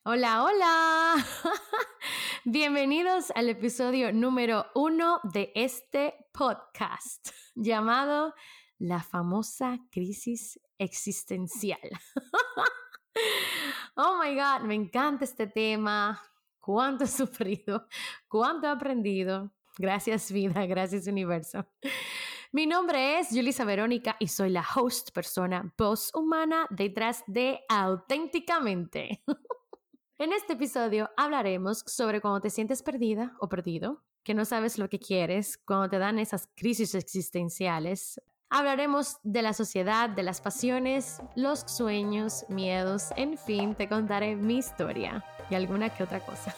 Hola, hola. Bienvenidos al episodio número 1 de este podcast llamado La famosa crisis existencial. Oh my God, me encanta este tema. Cuánto he sufrido, cuánto he aprendido. Gracias vida, gracias universo. Mi nombre es Yulisa Verónica y soy la host, persona, voz humana detrás de Auténticamente. En este episodio hablaremos sobre cuando te sientes perdida o perdido, que no sabes lo que quieres, cuando te dan esas crisis existenciales. Hablaremos de la sociedad, de las pasiones, los sueños, miedos, en fin, te contaré mi historia y alguna que otra cosa.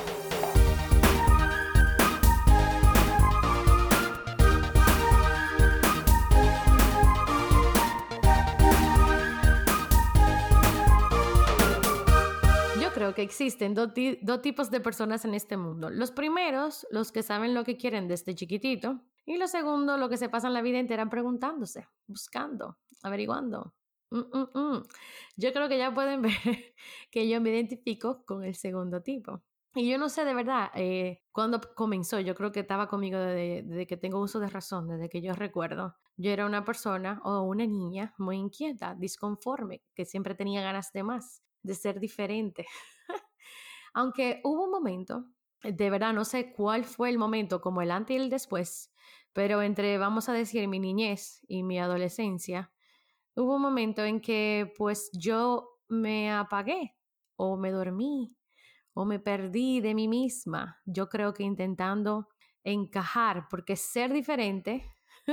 Yo creo que existen dos tipos de personas en este mundo. Los primeros, los que saben lo que quieren desde chiquitito. Y los segundos, los que se pasan la vida entera preguntándose, buscando, averiguando. Yo creo que ya pueden ver que yo me identifico con el segundo tipo. Y yo no sé de verdad cuándo comenzó. Yo creo que estaba conmigo desde que tengo uso de razón, desde que yo recuerdo. Yo era una persona o una niña muy inquieta, disconforme, que siempre tenía ganas de más, de ser diferente. Aunque hubo un momento, de verdad no sé cuál fue el momento, como el antes y el después, pero entre, vamos a decir, mi niñez y mi adolescencia, hubo un momento en que pues yo me apagué o me dormí o me perdí de mí misma. Yo creo que intentando encajar, porque ser diferente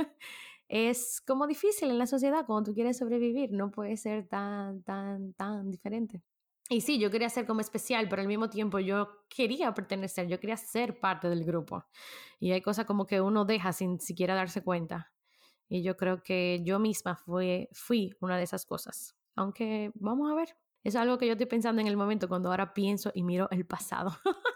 es como difícil en la sociedad cuando tú quieres sobrevivir, no puede ser tan diferente. Y sí, yo quería ser como especial, pero al mismo tiempo yo quería pertenecer, yo quería ser parte del grupo. Y hay cosas como que uno deja sin siquiera darse cuenta. Y yo creo que yo misma fui una de esas cosas. Aunque vamos a ver, es algo que yo estoy pensando en el momento cuando ahora pienso y miro el pasado.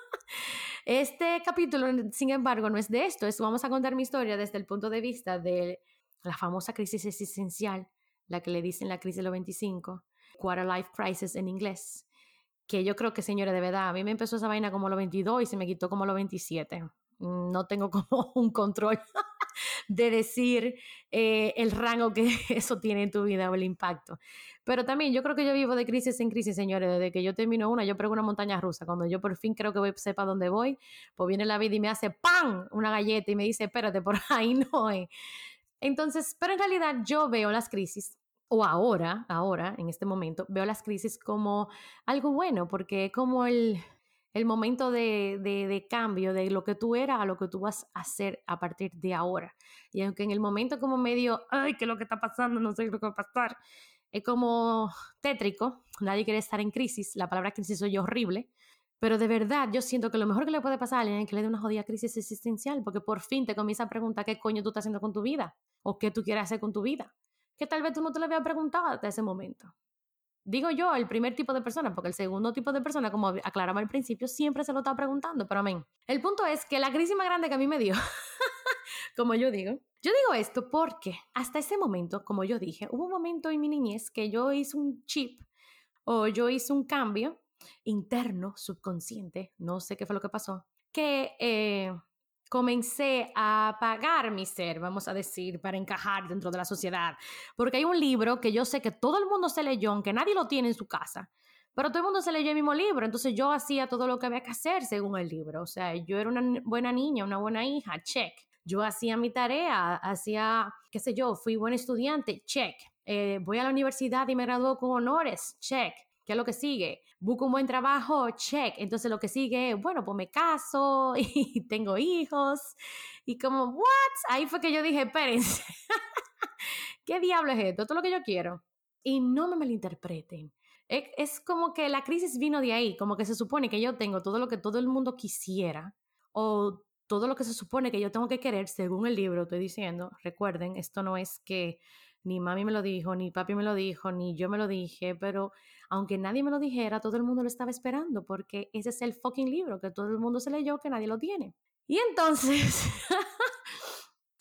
Este capítulo, sin embargo, no es de esto. Vamos a contar mi historia desde el punto de vista de la famosa crisis existencial, la que le dicen la crisis de los 25, quarter life crisis en inglés, que yo creo que, señores, de verdad, a mí me empezó esa vaina como a los 22 y se me quitó como a los 27. No tengo como un control de decir el rango que eso tiene en tu vida o el impacto. Pero también yo creo que yo vivo de crisis en crisis, señores. Desde que yo termino una, yo pego una montaña rusa. Cuando yo por fin creo que voy a sepa dónde voy, pues viene la vida y me hace ¡pam! Una galleta y me dice, espérate, por ahí no es. Entonces, pero en realidad yo veo las crisis, o ahora, en este momento, veo las crisis como algo bueno, porque es como el momento de cambio de lo que tú eras a lo que tú vas a hacer a partir de ahora. Y aunque en el momento como medio, ay, ¿qué es lo que está pasando? No sé lo que va a pasar. Es como tétrico, nadie quiere estar en crisis, la palabra crisis oye horrible, pero de verdad yo siento que lo mejor que le puede pasar a alguien es que le dé una jodida crisis existencial, porque por fin te comienza a preguntar qué coño tú estás haciendo con tu vida o qué tú quieres hacer con tu vida, que tal vez tú no te lo habías preguntado hasta ese momento. Digo yo, el primer tipo de persona, porque el segundo tipo de persona, como aclaraba al principio, siempre se lo está preguntando, pero amén. El punto es que la crisis más grande que a mí me dio, como yo digo esto porque hasta ese momento, como yo dije, hubo un momento en mi niñez que yo hice un chip o yo hice un cambio interno, subconsciente, no sé qué fue lo que pasó, que comencé a apagar mi ser, vamos a decir, para encajar dentro de la sociedad. Porque hay un libro que yo sé que todo el mundo se leyó, aunque nadie lo tiene en su casa, pero todo el mundo se leyó el mismo libro, entonces yo hacía todo lo que había que hacer según el libro. O sea, yo era una buena niña, una buena hija, check. Yo hacía mi tarea, hacía, qué sé yo, fui buena estudiante, check. Voy a la universidad y me graduó con honores, check. ¿Qué es lo que sigue? Busco un buen trabajo, check. Entonces lo que sigue es, bueno, pues me caso y tengo hijos. Y como, ¿what? Ahí fue que yo dije, espérense, ¿qué diablo es esto? Esto es lo que yo quiero. Y no me malinterpreten. Es como que la crisis vino de ahí, como que se supone que yo tengo todo lo que todo el mundo quisiera o todo lo que se supone que yo tengo que querer según el libro, estoy diciendo. Recuerden, esto no es que ni mami me lo dijo, ni papi me lo dijo, ni yo me lo dije, pero aunque nadie me lo dijera, todo el mundo lo estaba esperando porque ese es el fucking libro que todo el mundo se leyó que nadie lo tiene. Y entonces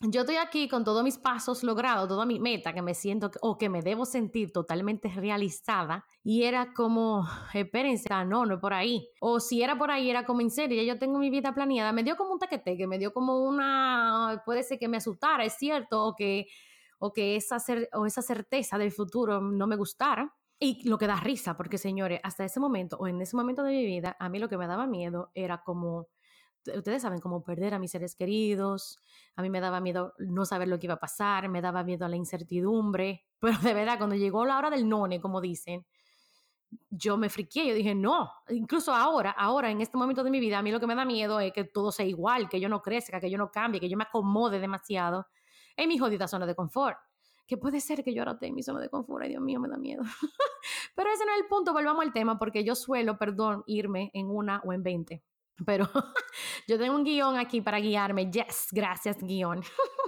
yo estoy aquí con todos mis pasos logrados, toda mi meta, que me siento o que me debo sentir totalmente realizada. Y era como, espérense, no es por ahí. O si era por ahí, era como en serio, ya yo tengo mi vida planeada. Me dio como un taqueteque, me dio como puede ser que me asustara, es cierto, o que esa certeza del futuro no me gustara. Y lo que da risa, porque señores, hasta ese momento o en ese momento de mi vida, a mí lo que me daba miedo era como ustedes saben, como perder a mis seres queridos, a mí me daba miedo no saber lo que iba a pasar, me daba miedo a la incertidumbre, pero de verdad, cuando llegó la hora del none, como dicen, yo me friqué, yo dije, no, incluso ahora, en este momento de mi vida, a mí lo que me da miedo es que todo sea igual, que yo no crezca, que yo no cambie, que yo me acomode demasiado en mi jodida zona de confort. Que puede ser que yo ahora esté en mi zona de confort, ay Dios mío, me da miedo. Pero ese no es el punto, volvamos al tema, porque yo suelo, perdón, irme en una o en 20. Pero yo tengo un guión aquí para guiarme. Yes, gracias, guión.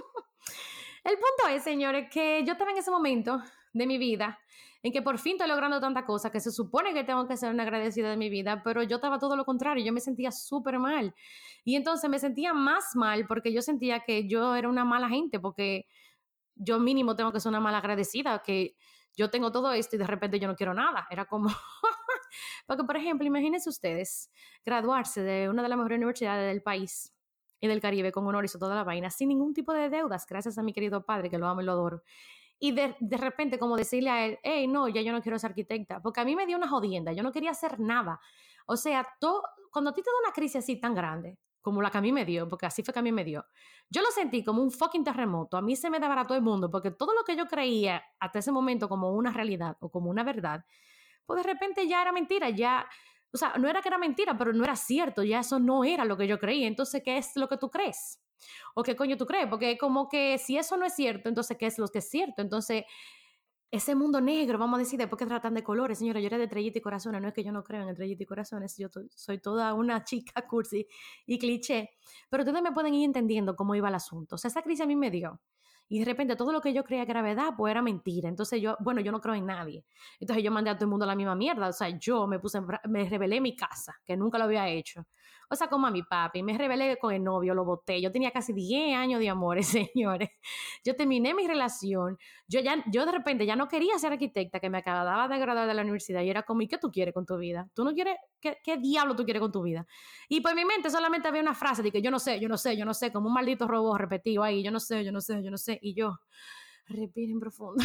El punto es, señores, que yo estaba en ese momento de mi vida en que por fin estoy logrando tanta cosa que se supone que tengo que ser una agradecida de mi vida, pero yo estaba todo lo contrario, yo me sentía súper mal. Y entonces me sentía más mal porque yo sentía que yo era una mala gente, porque yo mínimo tengo que ser una mala agradecida, que yo tengo todo esto y de repente yo no quiero nada. Era como, porque por ejemplo, imagínense ustedes graduarse de una de las mejores universidades del país y del Caribe con honores y toda la vaina, sin ningún tipo de deudas, gracias a mi querido padre, que lo amo y lo adoro. Y de repente como decirle a él, hey, no, ya yo no quiero ser arquitecta, porque a mí me dio una jodienda, yo no quería hacer nada. O sea, cuando a ti te da una crisis así tan grande, como la que a mí me dio, porque así fue que a mí me dio, yo lo sentí como un fucking terremoto, a mí se me daba todo el mundo, porque todo lo que yo creía hasta ese momento como una realidad o como una verdad, pues de repente ya era mentira, ya, o sea, no era que era mentira, pero no era cierto, ya eso no era lo que yo creía. Entonces, ¿qué es lo que tú crees? ¿O qué coño tú crees? Porque como que si eso no es cierto, entonces, ¿qué es lo que es cierto? Entonces, ese mundo negro, vamos a decir, después que tratan de colores, señora, yo era de estrellita y corazones, no es que yo no creo en estrellita y corazones, yo soy toda una chica cursi y cliché, pero ustedes me pueden ir entendiendo cómo iba el asunto. O sea, esa crisis a mí me dio. Y de repente todo lo que yo creía que era verdad, pues era mentira. Entonces yo no creo en nadie. Entonces yo mandé a todo el mundo a la misma mierda. O sea, yo me rebelé en mi casa, que nunca lo había hecho. O sea, como a mi papi, me rebelé con el novio, lo boté. Yo tenía casi 10 años de amores, señores. Yo terminé mi relación. Yo de repente ya no quería ser arquitecta, que me acababa de graduar de la universidad. Y era como, ¿y qué tú quieres con tu vida? ¿Tú no quieres? ¿Qué diablo tú quieres con tu vida? Y pues en mi mente solamente había una frase de que yo no sé, como un maldito robot repetido ahí, yo no sé. Y yo, respiren profundo.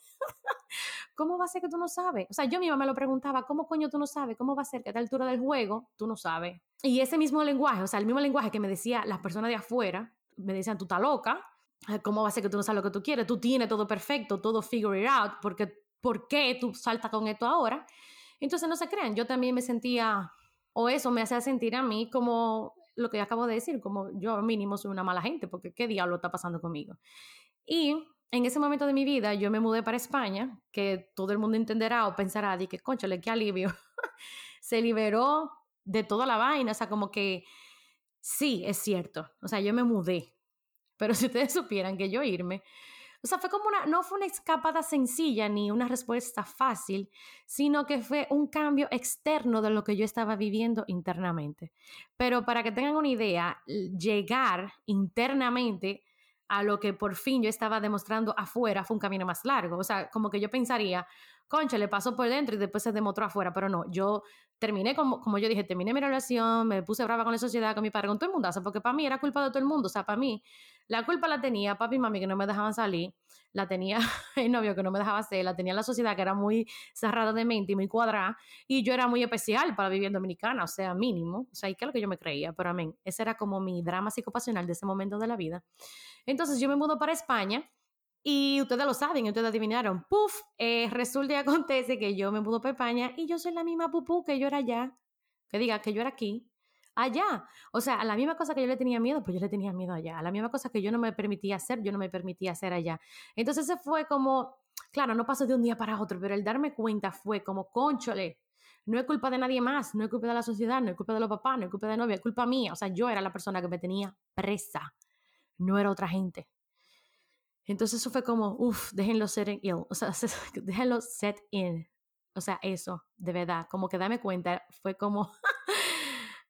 ¿Cómo va a ser que tú no sabes? O sea, yo misma me lo preguntaba, ¿cómo coño tú no sabes? ¿Cómo va a ser que a esta altura del juego tú no sabes? Y ese mismo lenguaje, o sea, el mismo lenguaje que me decía las personas de afuera, me decían, tú estás loca, ¿cómo va a ser que tú no sabes lo que tú quieres? Tú tienes todo perfecto, todo figure it out, ¿por qué tú saltas con esto ahora? Entonces no se crean, yo también me sentía, o eso me hacía sentir a mí como lo que acabo de decir, como yo mínimo soy una mala gente, porque ¿qué diablo está pasando conmigo? Y en ese momento de mi vida yo me mudé para España, que todo el mundo entenderá o pensará de que, cónchale, qué alivio. Se liberó de toda la vaina, o sea, como que sí, es cierto, o sea, yo me mudé, pero si ustedes supieran que yo irme, o sea, fue como no fue una escapada sencilla ni una respuesta fácil, sino que fue un cambio externo de lo que yo estaba viviendo internamente. Pero para que tengan una idea, llegar internamente a lo que por fin yo estaba demostrando afuera fue un camino más largo. O sea, como que yo pensaría, concha, le pasó por dentro y después se demostró afuera, pero no, yo terminé, como yo dije, terminé mi relación, me puse brava con la sociedad, con mi padre, con todo el mundo, porque para mí era culpa de todo el mundo, o sea, para mí la culpa la tenía papi y mami que no me dejaban salir, la tenía el novio que no me dejaba hacer, la tenía la sociedad que era muy cerrada de mente y muy cuadrada, y yo era muy especial para vivir en Dominicana, o sea, mínimo, o sea, ¿y qué es lo que yo me creía? Pero amén, ese era como mi drama psicopasional de ese momento de la vida. Entonces yo me mudo para España y ustedes lo saben, ustedes adivinaron, ¡puf! Resulta y acontece que yo me mudo para España y yo soy la misma pupú que yo era allá, que diga que yo era aquí, allá. O sea, a la misma cosa que yo le tenía miedo, pues yo le tenía miedo allá. A la misma cosa que yo no me permitía hacer, yo no me permitía hacer allá. Entonces se fue como, claro, no pasó de un día para otro, pero el darme cuenta fue como, cónchole, no es culpa de nadie más, no es culpa de la sociedad, no es culpa de los papás, no es culpa de novia, es culpa mía. O sea, yo era la persona que me tenía presa, no era otra gente. Entonces eso fue como, déjenlo set in, o sea, déjenlo set in. O sea, eso, de verdad, como que dame cuenta, fue como,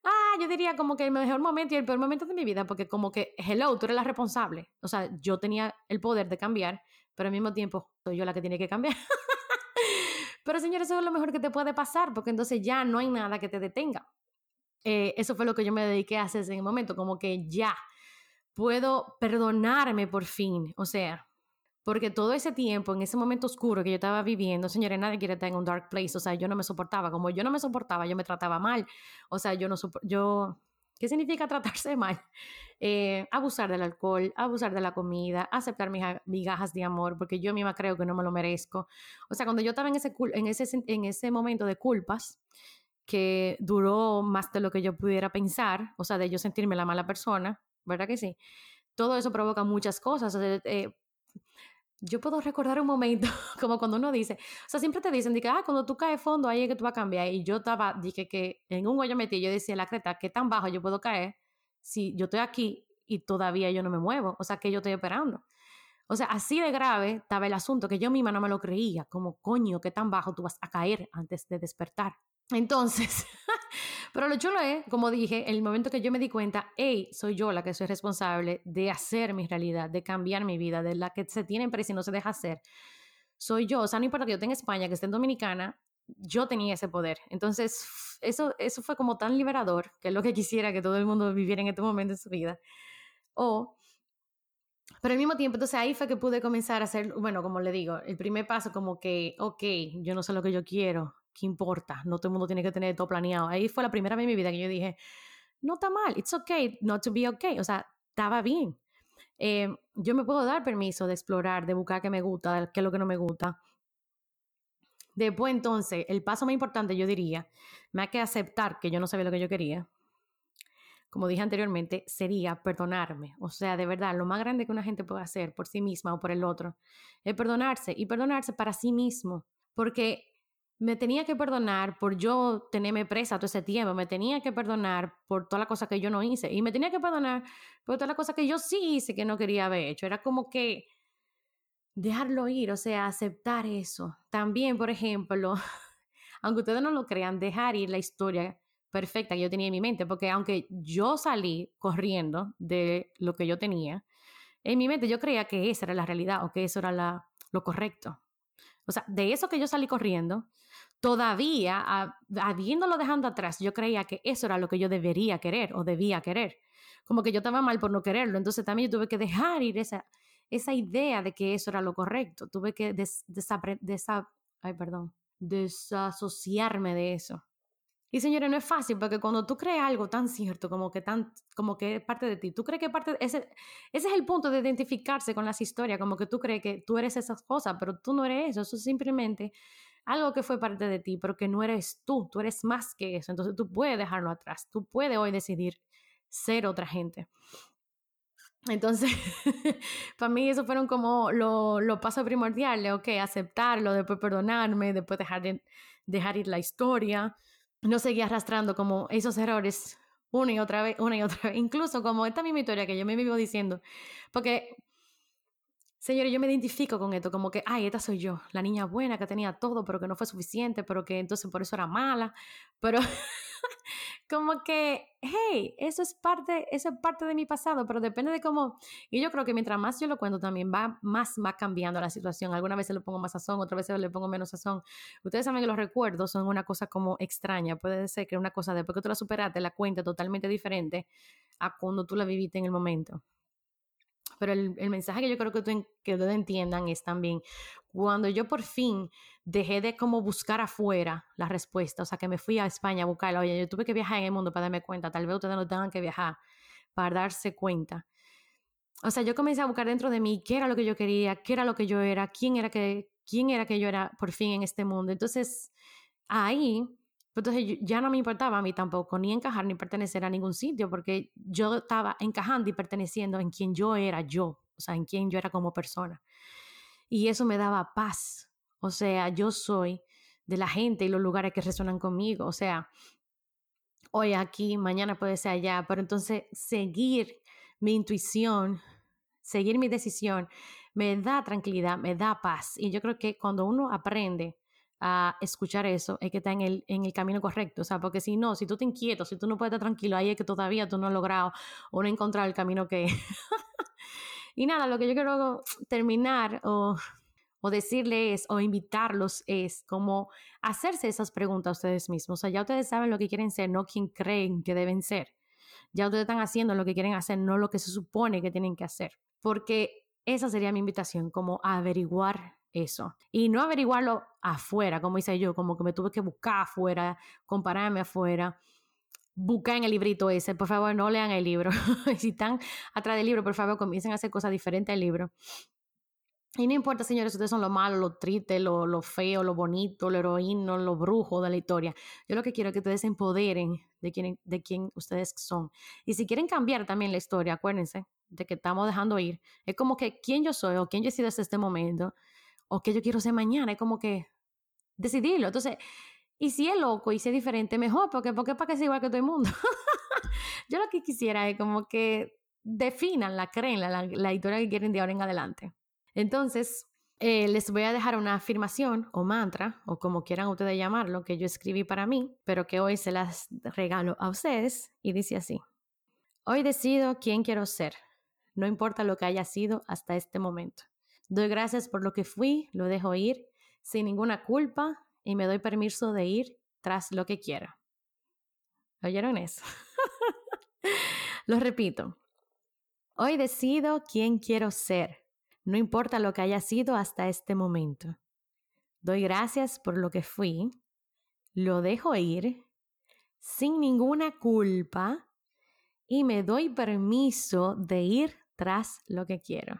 yo diría como que el mejor momento y el peor momento de mi vida, porque como que, hello, tú eres la responsable. O sea, yo tenía el poder de cambiar, pero al mismo tiempo soy yo la que tiene que cambiar. Pero señores, eso es lo mejor que te puede pasar, porque entonces ya no hay nada que te detenga. Eso fue lo que yo me dediqué a hacer en el momento, como que ya puedo perdonarme por fin. O sea, porque todo ese tiempo, en ese momento oscuro que yo estaba viviendo, señores, nadie quiere estar en un dark place. O sea, yo no me soportaba. Como yo no me soportaba, yo me trataba mal. O sea, ¿qué significa tratarse mal? Abusar del alcohol, abusar de la comida, aceptar migajas de amor, porque yo misma creo que no me lo merezco. O sea, cuando yo estaba en ese momento de culpas, que duró más de lo que yo pudiera pensar, o sea, de yo sentirme la mala persona, ¿verdad que sí? Todo eso provoca muchas cosas. O sea, yo puedo recordar un momento, como cuando uno dice, o sea, siempre te dicen, que, cuando tú caes fondo, ahí es que tú vas a cambiar. Y yo dije que en un hoyo metí, yo decía, la creta, ¿qué tan bajo yo puedo caer si yo estoy aquí y todavía yo no me muevo? O sea, que yo estoy esperando. O sea, así de grave estaba el asunto que yo misma no me lo creía, como, coño, ¿qué tan bajo tú vas a caer antes de despertar? Entonces, pero lo chulo es, como dije, el momento que yo me di cuenta, hey, soy yo la que soy responsable de hacer mi realidad, de cambiar mi vida, de la que se tiene presa y no se deja hacer. Soy yo, o sea, no importa que yo esté en España, que esté en Dominicana, yo tenía ese poder. Entonces, eso fue como tan liberador, que es lo que quisiera que todo el mundo viviera en este momento de su vida. Pero al mismo tiempo, entonces ahí fue que pude comenzar a hacer, bueno, como le digo, el primer paso como que, ok, yo no sé lo que yo quiero, ¿qué importa? No todo el mundo tiene que tener todo planeado. Ahí fue la primera vez en mi vida que yo dije, no está mal, it's okay not to be okay, o sea, estaba bien. Yo me puedo dar permiso de explorar, de buscar qué me gusta, qué es lo que no me gusta. Después entonces, el paso más importante yo diría, más que aceptar que yo no sabía lo que yo quería, como dije anteriormente, sería perdonarme. O sea, de verdad, lo más grande que una gente puede hacer por sí misma o por el otro es perdonarse y perdonarse para sí mismo. Porque me tenía que perdonar por yo tenerme presa todo ese tiempo, me tenía que perdonar por todas las cosas que yo no hice y me tenía que perdonar por todas las cosas que yo sí hice que no quería haber hecho. Era como que dejarlo ir, o sea, aceptar eso. También, por ejemplo, aunque ustedes no lo crean, dejar ir la historia perfecta que yo tenía en mi mente, porque aunque yo salí corriendo de lo que yo tenía, en mi mente yo creía que esa era la realidad o que eso era lo correcto. O sea, de eso que yo salí corriendo, todavía, habiéndolo dejando atrás, yo creía que eso era lo que yo debería querer o debía querer. Como que yo estaba mal por no quererlo. Entonces también yo tuve que dejar ir esa idea de que eso era lo correcto. Tuve que desasociarme de eso. Y señores, no es fácil porque cuando tú crees algo tan cierto como que es parte de ti, tú crees que ese es el punto de identificarse con las historias, como que tú crees que tú eres esas cosas, pero tú no eres eso es simplemente algo que fue parte de ti, pero que no eres tú eres más que eso, entonces tú puedes dejarlo atrás, tú puedes hoy decidir ser otra gente. Entonces, para mí eso fueron como los pasos primordiales, ok, aceptarlo, después perdonarme, después dejar ir la historia, no seguía arrastrando como esos errores una y otra vez, incluso como esta misma historia que yo me vivo diciendo, porque, señores, yo me identifico con esto, como que, ay, esta soy yo, la niña buena que tenía todo, pero que no fue suficiente, pero que entonces por eso era mala, pero como que, hey, eso es parte de mi pasado, pero depende de cómo, y yo creo que mientras más yo lo cuento también va cambiando la situación. Algunas veces le pongo más sazón, otras veces le pongo menos sazón. Ustedes saben que los recuerdos son una cosa como extraña, puede ser que una cosa después que tú la superaste, la cuenta totalmente diferente a cuando tú la viviste en el momento. Pero el mensaje que yo creo que ustedes entiendan es también cuando yo por fin dejé de como buscar afuera la respuesta, o sea, que me fui a España a buscarla. Oye, yo tuve que viajar en el mundo para darme cuenta, tal vez ustedes no tengan que viajar para darse cuenta. O sea, yo comencé a buscar dentro de mí qué era lo que yo quería, qué era lo que yo era, quién era que yo era por fin en este mundo. Entonces, ahí, entonces ya no me importaba a mí tampoco ni encajar ni pertenecer a ningún sitio, porque yo estaba encajando y perteneciendo en quien yo era yo, o sea, en quien yo era como persona. Y eso me daba paz. O sea, yo soy de la gente y los lugares que resuenan conmigo. O sea, hoy aquí, mañana puede ser allá, pero entonces seguir mi intuición, seguir mi decisión, me da tranquilidad, me da paz. Y yo creo que cuando uno aprende a escuchar eso es que está en el camino correcto. O sea, porque si no, si tú te inquieto, si tú no puedes estar tranquilo, ahí es que todavía tú no has logrado o no has encontrado el camino que es. Y nada, lo que yo quiero terminar o decirles o invitarlos es como hacerse esas preguntas a ustedes mismos. O sea, ya ustedes saben lo que quieren ser, no quién creen que deben ser. Ya ustedes están haciendo lo que quieren hacer, no lo que se supone que tienen que hacer. Porque esa sería mi invitación, como a averiguar eso. Y no averiguarlo afuera, como hice yo, como que me tuve que buscar afuera, compararme afuera, buscar en el librito ese. Por favor, no lean el libro. Si están atrás del libro, por favor, comiencen a hacer cosas diferentes al libro. Y no importa, señores, ustedes son lo malo, lo triste, lo feo, lo bonito, lo heroíno, lo brujo de la historia. Yo lo que quiero es que ustedes se empoderen de quién ustedes son. Y si quieren cambiar también la historia, acuérdense de que estamos dejando ir. Es como que quién yo soy o quién yo he sido hasta este momento o qué yo quiero ser mañana. Es como que decidirlo. Entonces, y si es loco y si es diferente, mejor, porque para que sea igual que todo el mundo. Yo lo que quisiera es como que definan, creen la historia que quieren de ahora en adelante. Entonces, les voy a dejar una afirmación o mantra, o como quieran ustedes llamarlo, que yo escribí para mí, pero que hoy se las regalo a ustedes y dice así. Hoy decido quién quiero ser, no importa lo que haya sido hasta este momento. Doy gracias por lo que fui, lo dejo ir, sin ninguna culpa y me doy permiso de ir tras lo que quiero. ¿Oyeron eso? Lo repito. Hoy decido quién quiero ser. No importa lo que haya sido hasta este momento. Doy gracias por lo que fui, lo dejo ir sin ninguna culpa y me doy permiso de ir tras lo que quiero.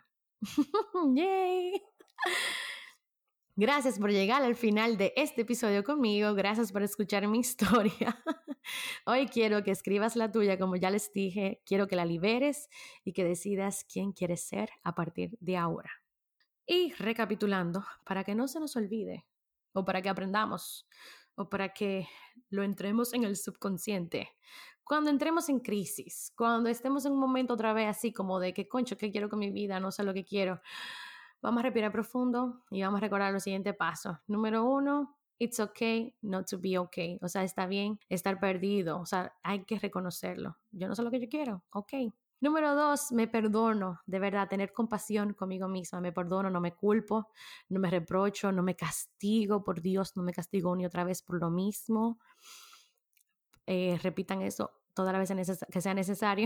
¡Yay! Gracias por llegar al final de este episodio conmigo. Gracias por escuchar mi historia. Hoy quiero que escribas la tuya, como ya les dije. Quiero que la liberes y que decidas quién quieres ser a partir de ahora. Y recapitulando, para que no se nos olvide, o para que aprendamos, o para que lo entremos en el subconsciente. Cuando entremos en crisis, cuando estemos en un momento otra vez así como de que, concho, ¿qué quiero con mi vida? No sé lo que quiero. Vamos a respirar profundo y vamos a recordar los siguientes pasos. Número 1, it's okay not to be okay. O sea, está bien estar perdido. O sea, hay que reconocerlo. Yo no sé lo que yo quiero. Ok. Número 2, me perdono, de verdad, tener compasión conmigo misma. Me perdono, no me culpo, no me reprocho, no me castigo. Por Dios, no me castigo ni otra vez por lo mismo. Repitan eso todas las veces que sea necesario.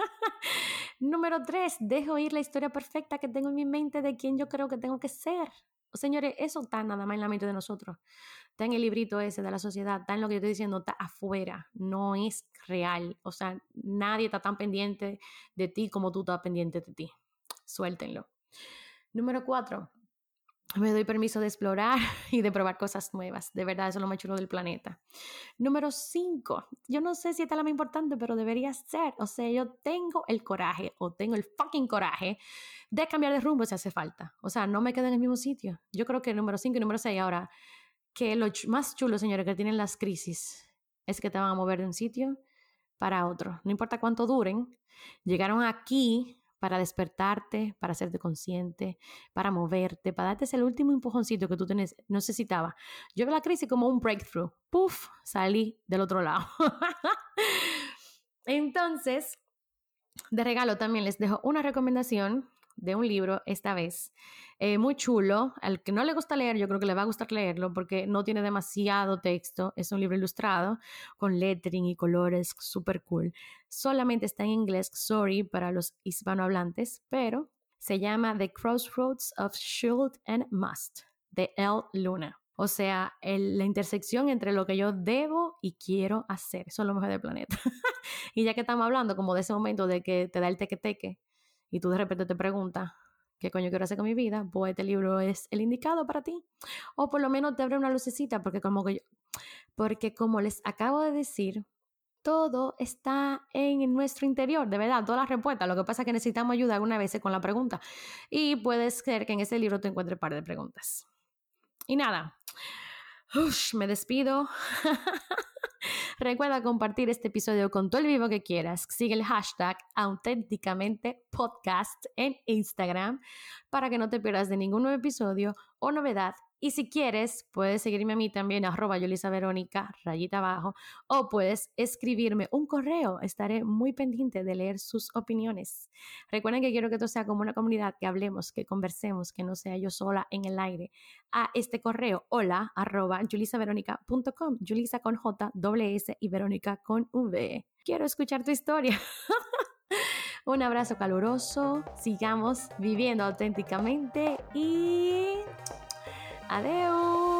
Número 3, dejo ir la historia perfecta que tengo en mi mente de quién yo creo que tengo que ser. Señores, eso está nada más en la mente de nosotros. Está en el librito ese de la sociedad, está en lo que yo estoy diciendo, está afuera, no es real. O sea, nadie está tan pendiente de ti como tú estás pendiente de ti. Suéltenlo. Número 4, me doy permiso de explorar y de probar cosas nuevas. De verdad, eso es lo más chulo del planeta. Número 5, yo no sé si esta es la más importante, pero debería ser. O sea, yo tengo el coraje o tengo el fucking coraje de cambiar de rumbo si hace falta. O sea, no me quedo en el mismo sitio. Yo creo que el número 5 y número 6 ahora, que lo más chulo, señores, que tienen las crisis es que te van a mover de un sitio para otro. No importa cuánto duren, llegaron aquí para despertarte, para hacerte consciente, para moverte, para darte ese último empujoncito que tú necesitabas. Yo veo la crisis como un breakthrough. ¡Puf! Salí del otro lado. Entonces, de regalo también les dejo una recomendación de un libro esta vez, muy chulo. Al que no le gusta leer, yo creo que le va a gustar leerlo porque no tiene demasiado texto. Es un libro ilustrado con lettering y colores súper cool. Solamente está en inglés, sorry, para los hispanohablantes, pero se llama The Crossroads of Should and Must, de L. Luna. O sea, la intersección entre lo que yo debo y quiero hacer. Eso es lo mejor del planeta. Y ya que estamos hablando como de ese momento de que te da el teque-teque y tú de repente te preguntas, ¿qué coño quiero hacer con mi vida? Pues este libro es el indicado para ti. O por lo menos te abre una lucecita, porque como les acabo de decir, todo está en nuestro interior, de verdad, todas las respuestas. Lo que pasa es que necesitamos ayuda alguna vez con la pregunta. Y puede ser que en ese libro te encuentres un par de preguntas. Y nada, me despido. Recuerda compartir este episodio con todo el vivo que quieras. Sigue el hashtag auténticamente podcast en Instagram para que no te pierdas de ningún nuevo episodio o novedad Y si quieres, puedes seguirme a mí también, @YulisaVerónica, _, o puedes escribirme un correo. Estaré muy pendiente de leer sus opiniones. Recuerden que quiero que esto sea como una comunidad, que hablemos, que conversemos, que no sea yo sola en el aire. A este correo, hola, @yulisaveronica.com, Yulisa con J, doble S y Verónica con V. Quiero escuchar tu historia. Un abrazo caluroso, sigamos viviendo auténticamente y adiós.